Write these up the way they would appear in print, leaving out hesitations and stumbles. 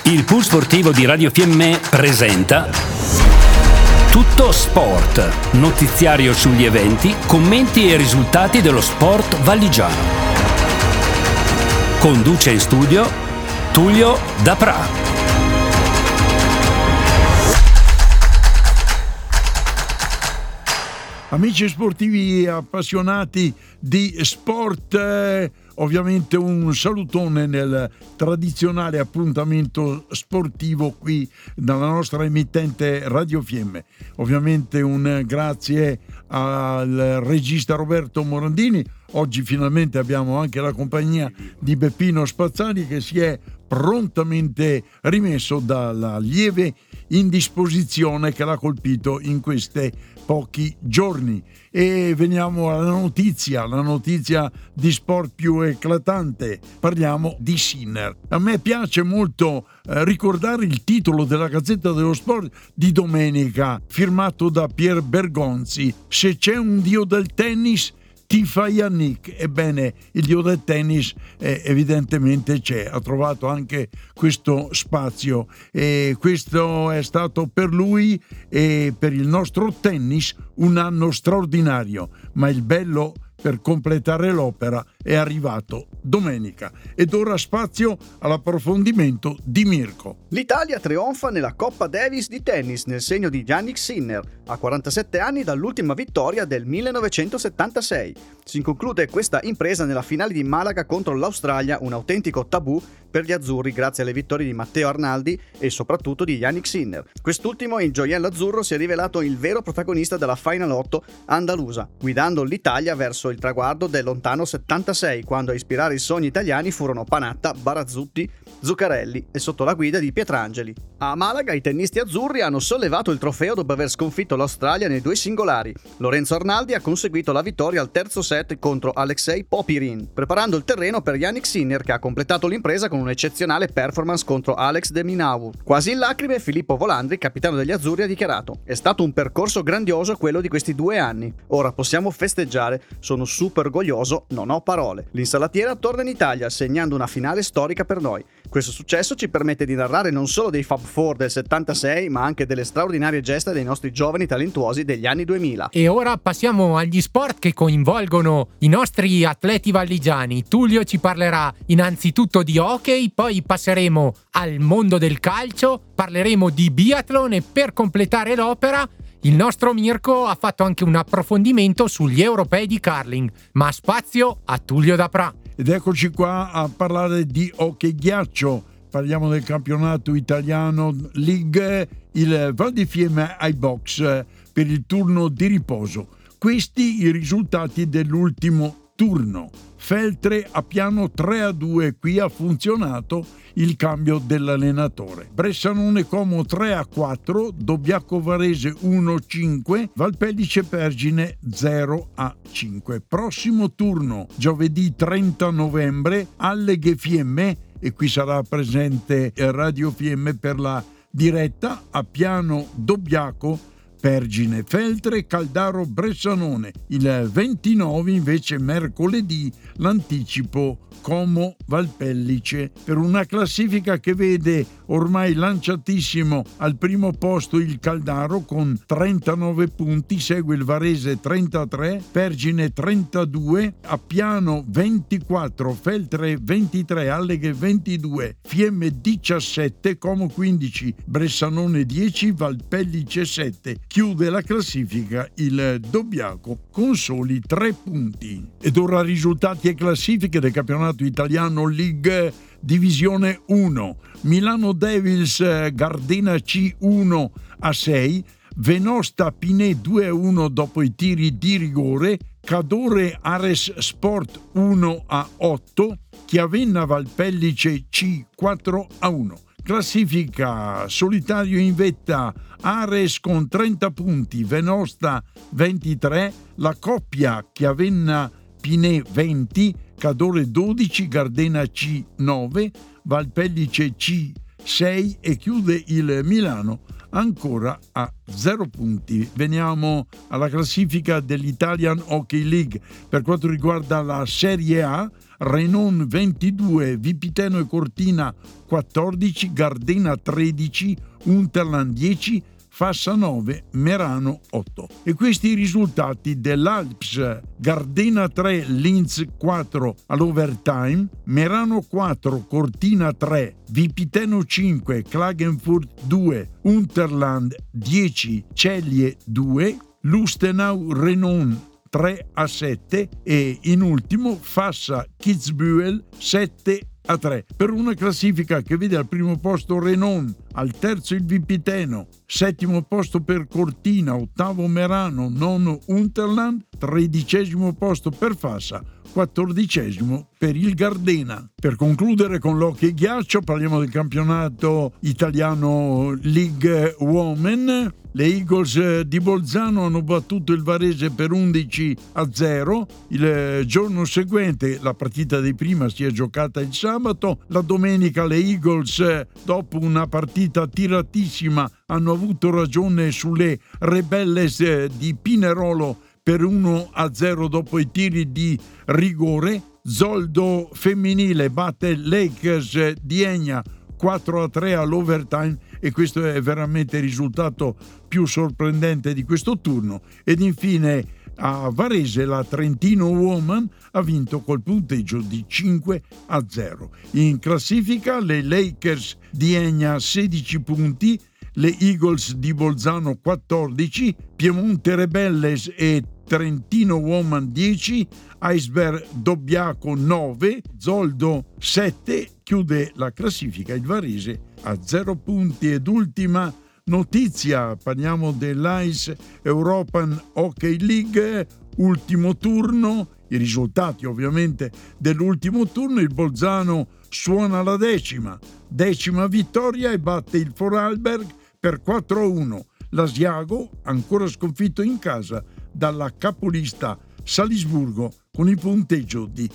Il pool sportivo di Radio Fiemme presenta Tutto Sport, notiziario sugli eventi, commenti e risultati dello sport valligiano. Conduce in studio Tullio Dapra. Amici sportivi appassionati di sport, ovviamente un salutone nel tradizionale appuntamento sportivo qui dalla nostra emittente Radio Fiemme. Ovviamente un grazie al regista Roberto Morandini. Oggi finalmente abbiamo anche la compagnia di Beppino Spazzani, che si è prontamente rimesso dalla lieve indisposizione che l'ha colpito in questi pochi giorni. E veniamo alla notizia di sport più eclatante. Parliamo di Sinner. A me piace molto ricordare il titolo della Gazzetta dello Sport di domenica, firmato da Pier Bergonzi: se c'è un dio del tennis, tifa Yannick. Ebbene, il dio del tennis evidentemente c'è, ha trovato anche questo spazio, e questo è stato per lui e per il nostro tennis un anno straordinario, ma il bello per completare l'opera è arrivato domenica. Ed ora spazio all'approfondimento di Mirko. L'Italia trionfa nella Coppa Davis di tennis nel segno di Jannik Sinner, a 47 anni dall'ultima vittoria del 1976. Si conclude questa impresa nella finale di Malaga contro l'Australia, un autentico tabù per gli azzurri grazie alle vittorie di Matteo Arnaldi e soprattutto di Jannik Sinner. Quest'ultimo, il gioiello azzurro, si è rivelato il vero protagonista della Final 8 andalusa, guidando l'Italia verso il traguardo del lontano 76, quando a ispirare i sogni italiani furono Panatta, Barazzutti, Zuccarelli e sotto la guida di Pietrangeli. A Malaga i tennisti azzurri hanno sollevato il trofeo dopo aver sconfitto l'Australia nei due singolari. Lorenzo Arnaldi ha conseguito la vittoria al terzo set contro Alexei Popirin, preparando il terreno per Jannik Sinner, che ha completato l'impresa con un'eccezionale performance contro Alex de Minaur. Quasi in lacrime, Filippo Volandri, capitano degli azzurri, ha dichiarato: è stato un percorso grandioso quello di questi 2 anni. Ora possiamo festeggiare, sono super orgoglioso, non ho parole. L'insalatiera torna in Italia segnando una finale storica per noi. Questo successo ci permette di narrare non solo dei Fab Four del 76, ma anche delle straordinarie gesta dei nostri giovani talentuosi degli anni 2000. E ora passiamo agli sport che coinvolgono i nostri atleti valligiani. Tullio ci parlerà innanzitutto di hockey, poi passeremo al mondo del calcio, parleremo di biathlon e per completare l'opera il nostro Mirko ha fatto anche un approfondimento sugli europei di curling, ma spazio a Tullio Dapra. Ed eccoci qua a parlare di hockey ghiaccio. Parliamo del campionato italiano League, il Val di Fiemme iBox per il turno di riposo. Questi i risultati dell'ultimo turno. Feltre a Piano 3-2, qui ha funzionato il cambio dell'allenatore. Bressanone Como 3-4, Dobbiaco Varese 1-5, Valpellice Pergine 0-5. Prossimo turno, giovedì 30 novembre, Alleghe Fiemme, e qui sarà presente Radio Fiemme per la diretta, a Piano Dobbiaco Pergine, Feltre, Caldaro, Bressanone. Il 29 invece mercoledì l'anticipo Como Valpellice, per una classifica che vede ormai lanciatissimo al primo posto il Caldaro con 39 punti, segue il Varese 33, Pergine 32, Appiano 24, Feltre 23, Alleghe 22, Fiemme 17, Como 15, Bressanone 10, Valpellice 7. Chiude la classifica il Dobbiaco con soli 3 punti. Ed ora risultati e classifiche del campionato italiano League Divisione 1. Milano Devils Gardena C 1-6, Venosta Pinè 2-1 dopo i tiri di rigore, Cadore Ares Sport 1-8, Chiavenna Valpellice C 4-1. Classifica: solitario in vetta Ares con 30 punti, Venosta 23, la coppia Chiavenna Pinè 20, Cadore 12, Gardena C 9, Valpellice C 6 e chiude il Milano ancora a 0 punti. Veniamo alla classifica dell'Italian Hockey League. Per quanto riguarda la Serie A, Renon 22, Vipiteno e Cortina 14, Gardena 13, Unterland 10, Fassa 9, Merano 8. E questi i risultati dell'Alps: Gardena 3, Linz 4 all'overtime, Merano 4, Cortina 3, Vipiteno 5, Klagenfurt 2, Unterland 10, Celje 2, Lustenau Renon 3-7 e in ultimo Fassa Kitzbühel 7-3, per una classifica che vede al primo posto Renon, al terzo il Vipiteno, settimo posto per Cortina, ottavo Merano, nono Unterland, tredicesimo posto per Fassa, quattordicesimo per il Gardena. Per concludere con l'hockey ghiaccio parliamo del campionato italiano League Women. Le Eagles di Bolzano hanno battuto il Varese per 11-0. Il giorno seguente, la partita di prima si è giocata il sabato. La domenica le Eagles, dopo una partita tiratissima, hanno avuto ragione sulle Rebelles di Pinerolo per 1-0 dopo i tiri di rigore. Zoldo femminile batte Lakers di Egna 4-3 all'overtime e questo è veramente il risultato più sorprendente di questo turno. Ed infine a Varese la Trentino Woman ha vinto col punteggio di 5-0. In classifica le Lakers di Egna 16 punti, le Eagles di Bolzano 14, Piemonte Rebelles e Trentino Woman 10, Iceberg Dobbiaco 9, Zoldo 7, chiude la classifica il Varese a 0 punti. Ed ultima notizia, parliamo dell'Ice European Hockey League, ultimo turno, i risultati ovviamente dell'ultimo turno: il Bolzano suona la decima vittoria e batte il Vorarlberg per 4-1. L'Asiago ancora sconfitto in casa dalla capolista Salisburgo con il punteggio di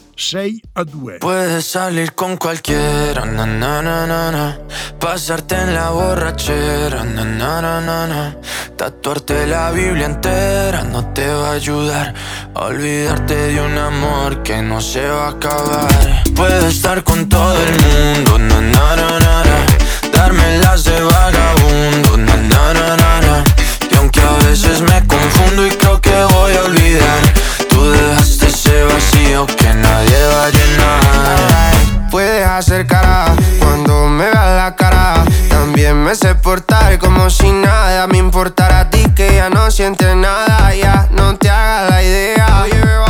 6-2. Puedes salir con cualquiera, na na na na na, pasarte en la borrachera, na na na na na, tatuarte la Biblia entera no te va a ayudar a olvidarte de un amor que no se va a acabar. Puedes estar con todo el mundo, na na na na na, darme las de vagabundo, na na na na na, y aunque a veces me confundo y creo que voy a olvidar, tú dejaste ese vacío que nadie va a llenar. Puedes hacer cara cuando me veas la cara. También me sé portar como si nada me importara a ti, que ya no sientes nada. Ya no te hagas la idea.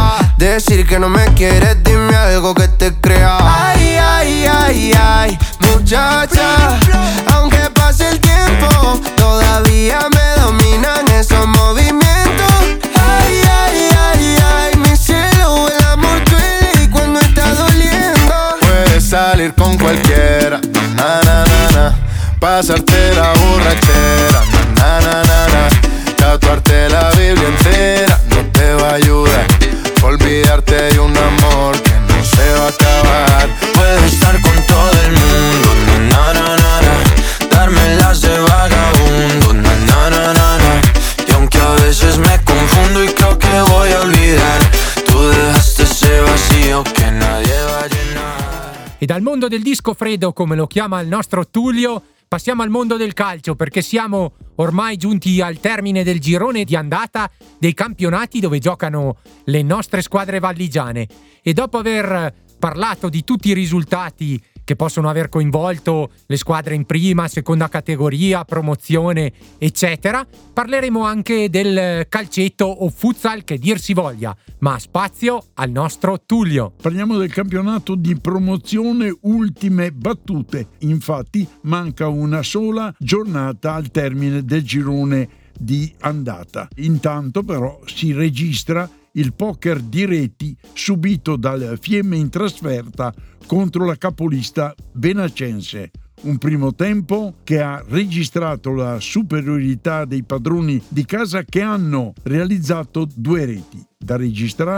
Decir que no me quieres, dime algo que te crea. Ay, ay, ay, ay, muchacha, aunque pase el tiempo, todavía me dominan esos movimientos. Ay, ay, ay, ay, mi cielo, el amor duele y cuando está doliendo. Puedes salir con cualquiera, na na na na, pasarte la borrachera, na na na na, tatuarte la Biblia entera no te va a ayudar, olvidarte de un amor que no se va a acabar. Puedes estar con todo el mundo, na na na na, darme las de vagabundo, na na na na na, y aunque a veces me confundo y creo que voy a olvidar, tú dejaste ese vacío que nadie va a llenar. E dal mondo del disco freddo, come lo chiama il nostro Tullio, passiamo al mondo del calcio, perché siamo ormai giunti al termine del girone di andata dei campionati dove giocano le nostre squadre valligiane. E dopo aver parlato di tutti i risultati che possono aver coinvolto le squadre in prima, seconda categoria, promozione, eccetera, parleremo anche del calcetto o futsal che dir si voglia, ma spazio al nostro Tullio. Parliamo del campionato di promozione, ultime battute. Infatti manca una sola giornata al termine del girone di andata. Intanto però si registra il poker di reti subito dal Fiemme in trasferta contro la capolista Benacense. Un primo tempo che ha registrato la superiorità dei padroni di casa, che hanno realizzato 2 reti. Da registrare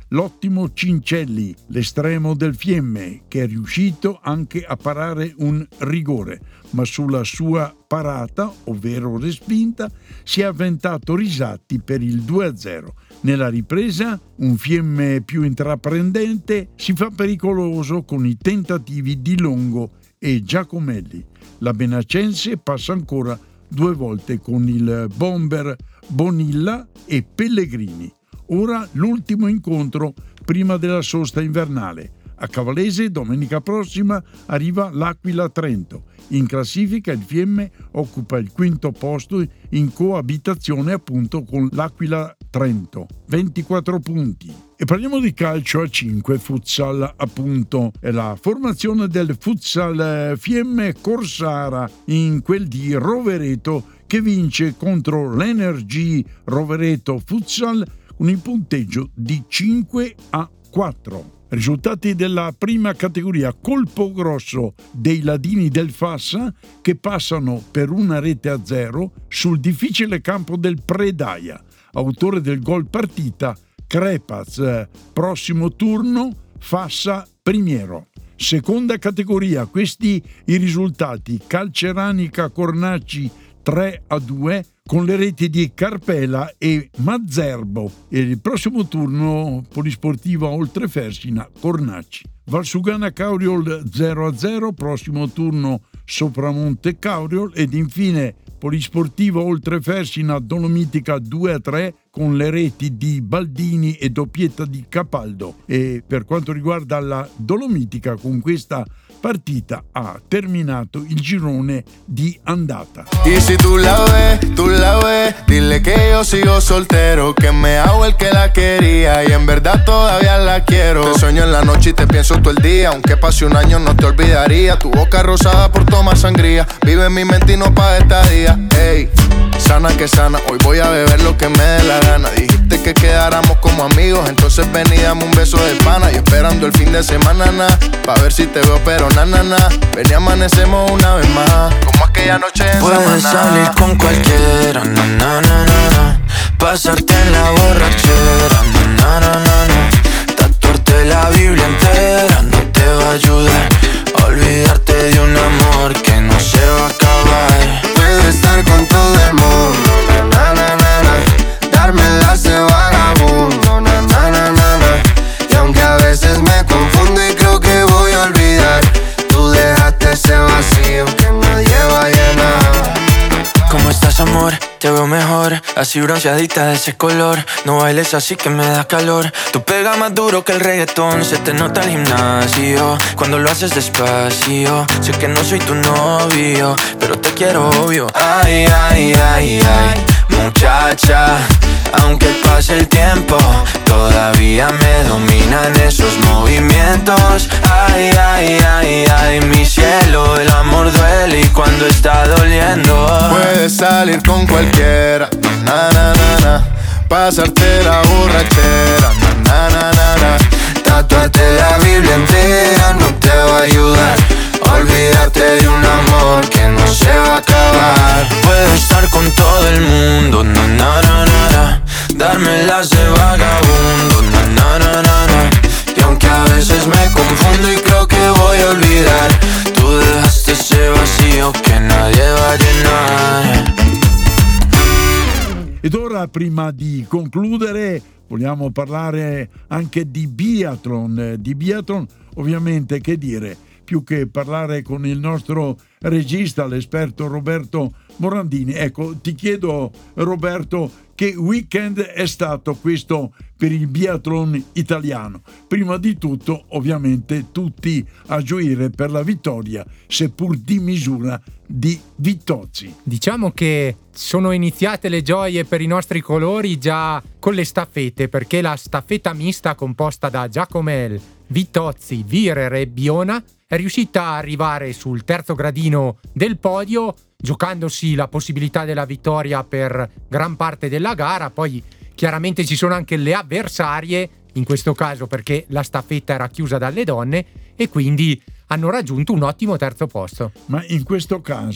l'ottimo Cincelli, l'estremo del Fiemme, che è riuscito anche a parare un rigore, ma sulla sua parata, ovvero respinta, si è avventato Risatti per il 2-0. Nella ripresa, un Fiemme più intraprendente si fa pericoloso con i tentativi di Longo e Giacomelli. La Benacense passa ancora 2 volte con il bomber Bonilla e Pellegrini. Ora l'ultimo incontro prima della sosta invernale. A Cavallese domenica prossima arriva l'Aquila Trento. In classifica il Fiemme occupa il 5° posto in coabitazione appunto con l'Aquila Trento, 24 punti. E parliamo di calcio a 5, futsal appunto. È la formazione del futsal Fiemme Corsara in quel di Rovereto che vince contro l'Energy Rovereto Futsal con il punteggio di 5-4. Risultati della prima categoria: colpo grosso dei Ladini del Fassa che passano per 1-0 sul difficile campo del Predaia. Autore del gol partita Crepaz, prossimo turno Fassa Primiero. Seconda categoria, questi i risultati: Calceranica Cornacci 3-2 con le reti di Carpela e Mazzerbo, e il prossimo turno Polisportiva Oltrefersina Cornacci. Valsugana Cauriol 0-0, prossimo turno Sopramonte Cauriol, ed infine Polisportiva Oltrefersina Dolomitica 2-3 con le reti di Baldini e doppietta di Capaldo. E per quanto riguarda la Dolomitica, con questa partita ha terminato il girone di andata. Y si tú la ves, dile que yo sigo soltero, que me hago el que la quería y en verdad todavía la quiero. Te sueño en la noche y te pienso todo el día, aunque pase un año no te olvidaría. Tu boca rosada por tomar sangría, vive en mi mente y no paga estadía. Ey, sana que sana, hoy voy a beber lo que me dé la gana. Dijiste que quedáramos como amigos, entonces ven y dame un beso de pana. Y esperando el fin de semana, pa' ver si te veo, pero na. Ven y amanecemos una vez más, como aquella noche en Puedes salir con cualquiera, pasarte en la borrachera, tatuarte la Biblia entera no te va a ayudar. Olvidarte de un amor que no se va a acabar. Puedo estar con todo el mundo, darme las de vagabundo, y aunque a veces me confundo y creo que voy a olvidar, tú dejaste ese vacío que nadie va a llenar. ¿Cómo estás, amor? Te veo mejor, así bronceadita de ese color. No bailes así que me da calor. Tú pegas más duro que el reggaetón, se te nota el gimnasio cuando lo haces despacio. Sé que no soy tu novio, pero te quiero obvio. Ay, ay, ay, ay, muchacha, aunque pase el tiempo, todavía me dominan esos movimientos. Ay, ay, ay, ay, mi cielo, el amor duele y cuando está doliendo. Puedes salir con cualquiera, pasarte la borrachera, tatuarte la Biblia entera no te va a ayudar. Olvídate de un amor que no se va a acabar. Puedo estar con todo el mundo, darme las de vagabundo, y aunque a veces me confundo y creo que voy a olvidar, tú dejaste ese vacío que nadie va a llenar. Ed ora, prima di concludere, vogliamo parlare anche di biathlon. Di biathlon, ovviamente, che dire, più che parlare con il nostro regista, l'esperto Roberto Morandini. Ecco, ti chiedo, Roberto, che weekend è stato questo per il biathlon italiano? Prima di tutto, ovviamente, tutti a gioire per la vittoria, seppur di misura, di Vittozzi. Diciamo che sono iniziate le gioie per i nostri colori già con le staffette, perché la staffetta mista composta da Giacomel, Vittozzi, Virer e Biona è riuscita a arrivare sul terzo gradino del podio, giocandosi la possibilità della vittoria per gran parte della gara. Poi chiaramente ci sono anche le avversarie, in questo caso perché la staffetta era chiusa dalle donne, e quindi hanno raggiunto un ottimo terzo posto. Ma in questo caso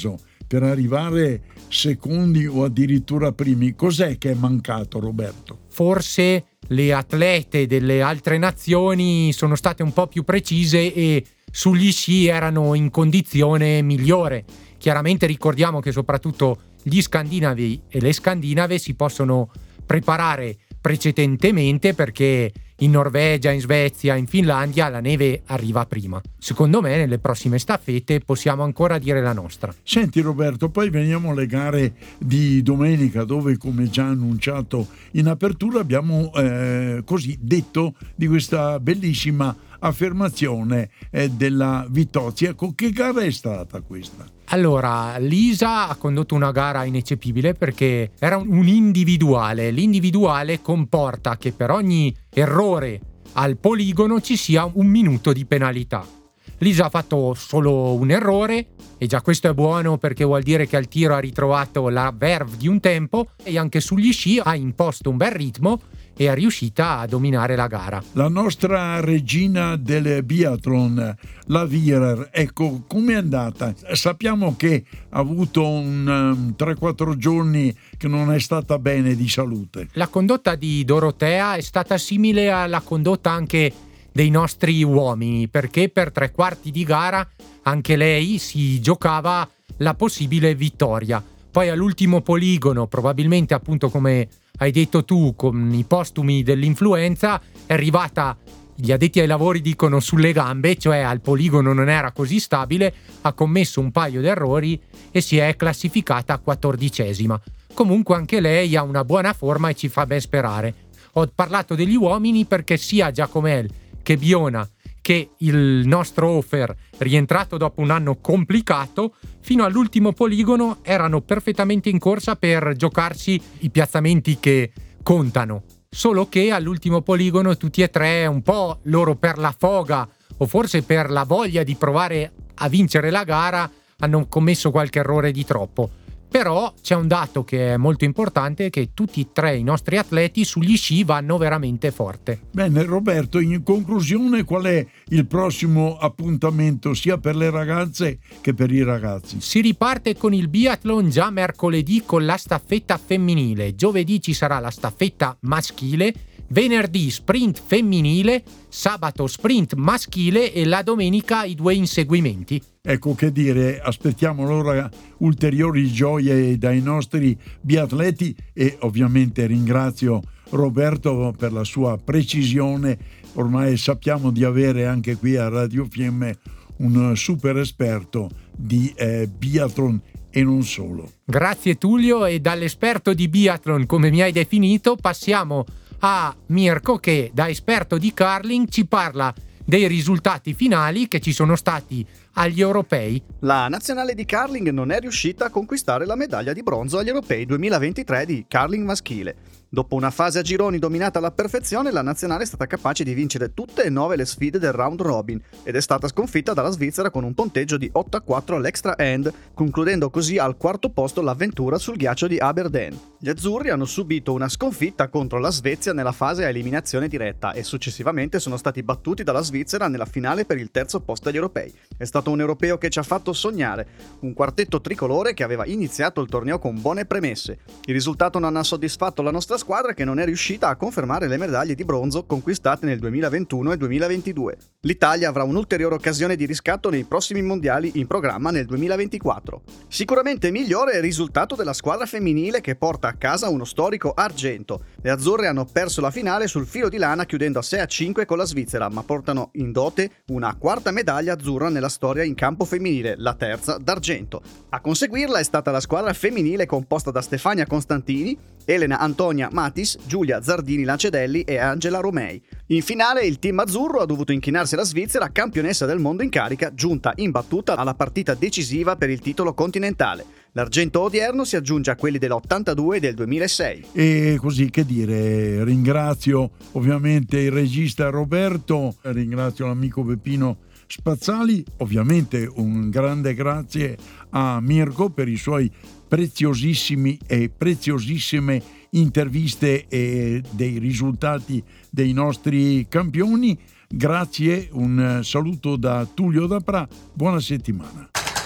per arrivare secondi o addirittura primi. Cos'è che è mancato, Roberto? Forse le atlete delle altre nazioni sono state un po' più precise e sugli sci erano in condizione migliore. Chiaramente ricordiamo che soprattutto gli scandinavi e le scandinave si possono preparare precedentemente, perché in Norvegia, in Svezia, in Finlandia la neve arriva prima. Secondo me nelle prossime staffette possiamo ancora dire la nostra. Senti Roberto, poi veniamo alle gare di domenica, dove, come già annunciato in apertura, abbiamo così detto di questa bellissima affermazione della Vitozia. Che gara è stata questa? Allora, Lisa ha condotto una gara ineccepibile perché era un individuale. L'individuale comporta che per ogni errore al poligono ci sia 1 minuto di penalità. Lisa ha fatto solo un errore e già questo è buono, perché vuol dire che al tiro ha ritrovato la verve di un tempo e anche sugli sci ha imposto un bel ritmo e è riuscita a dominare la gara. La nostra regina del biathlon, la Wierer, ecco, com'è andata? Sappiamo che ha avuto un 3-4 giorni che non è stata bene di salute. La condotta di Dorotea è stata simile alla condotta anche dei nostri uomini, perché per 3/4 di gara anche lei si giocava la possibile vittoria. Poi all'ultimo poligono, probabilmente appunto come hai detto tu, con i postumi dell'influenza, è arrivata, gli addetti ai lavori dicono, sulle gambe, cioè al poligono non era così stabile, ha commesso un paio di errori e si è classificata 14ª. Comunque anche lei ha una buona forma e ci fa ben sperare. Ho parlato degli uomini perché sia Giacomel che Biona che il nostro Hofer, rientrato dopo un anno complicato, fino all'ultimo poligono erano perfettamente in corsa per giocarsi i piazzamenti che contano. Solo che all'ultimo poligono tutti e tre, un po' loro per la foga o forse per la voglia di provare a vincere la gara, hanno commesso qualche errore di troppo. Però c'è un dato che è molto importante, che tutti e tre i nostri atleti sugli sci vanno veramente forte. Bene Roberto, in conclusione qual è il prossimo appuntamento sia per le ragazze che per i ragazzi? Si riparte con il biathlon già mercoledì con la staffetta femminile, giovedì ci sarà la staffetta maschile, venerdì sprint femminile, sabato sprint maschile e la domenica i 2 inseguimenti. Ecco, che dire, aspettiamo allora ulteriori gioie dai nostri biatleti e ovviamente ringrazio Roberto per la sua precisione. Ormai sappiamo di avere anche qui a Radio Fiemme un super esperto di biathlon e non solo. Grazie Tullio, e dall'esperto di biathlon, come mi hai definito, passiamo a Mirko che da esperto di curling ci parla dei risultati finali che ci sono stati agli europei. La nazionale di curling non è riuscita a conquistare la medaglia di bronzo agli europei 2023 di curling maschile. Dopo una fase a gironi dominata alla perfezione, la nazionale è stata capace di vincere tutte e 9 le sfide del round robin ed è stata sconfitta dalla Svizzera con un punteggio di 8-4 all'extra end, concludendo così al 4° posto l'avventura sul ghiaccio di Aberdeen. Gli azzurri hanno subito una sconfitta contro la Svezia nella fase a eliminazione diretta e successivamente sono stati battuti dalla Svizzera nella finale per il 3° posto agli europei. È stato un europeo che ci ha fatto sognare, un quartetto tricolore che aveva iniziato il torneo con buone premesse. Il risultato non ha soddisfatto la nostra squadra, che non è riuscita a confermare le medaglie di bronzo conquistate nel 2021 e 2022. L'Italia avrà un'ulteriore occasione di riscatto nei prossimi mondiali in programma nel 2024. Sicuramente migliore è il risultato della squadra femminile, che porta a casa uno storico argento. Le azzurre hanno perso la finale sul filo di lana chiudendo a 6-5 con la Svizzera, ma portano in dote una 4ª medaglia azzurra nella storia in campo femminile, la 3ª d'argento. A conseguirla è stata la squadra femminile composta da Stefania Constantini, Elena Antonia Matis, Giulia Zardini Lancedelli e Angela Romei. In finale il team azzurro ha dovuto inchinarsi alla Svizzera, campionessa del mondo in carica, giunta imbattuta alla partita decisiva per il titolo continentale. L'argento odierno si aggiunge a quelli dell'82 e del 2006. E così, che dire, ringrazio ovviamente il regista Roberto, ringrazio l'amico Peppino Spazzali, ovviamente un grande grazie a Mirko per i suoi preziosissimi e preziosissime interviste e dei risultati dei nostri campioni. Grazie, un saluto da Tullio Dapra, buona settimana.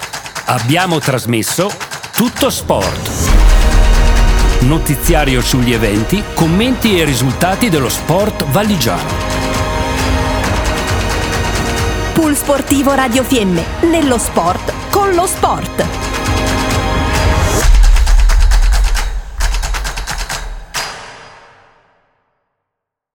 Abbiamo trasmesso Tutto Sport. Notiziario sugli eventi, commenti e risultati dello sport valligiano. Pool sportivo Radio Fiemme, nello sport con lo sport.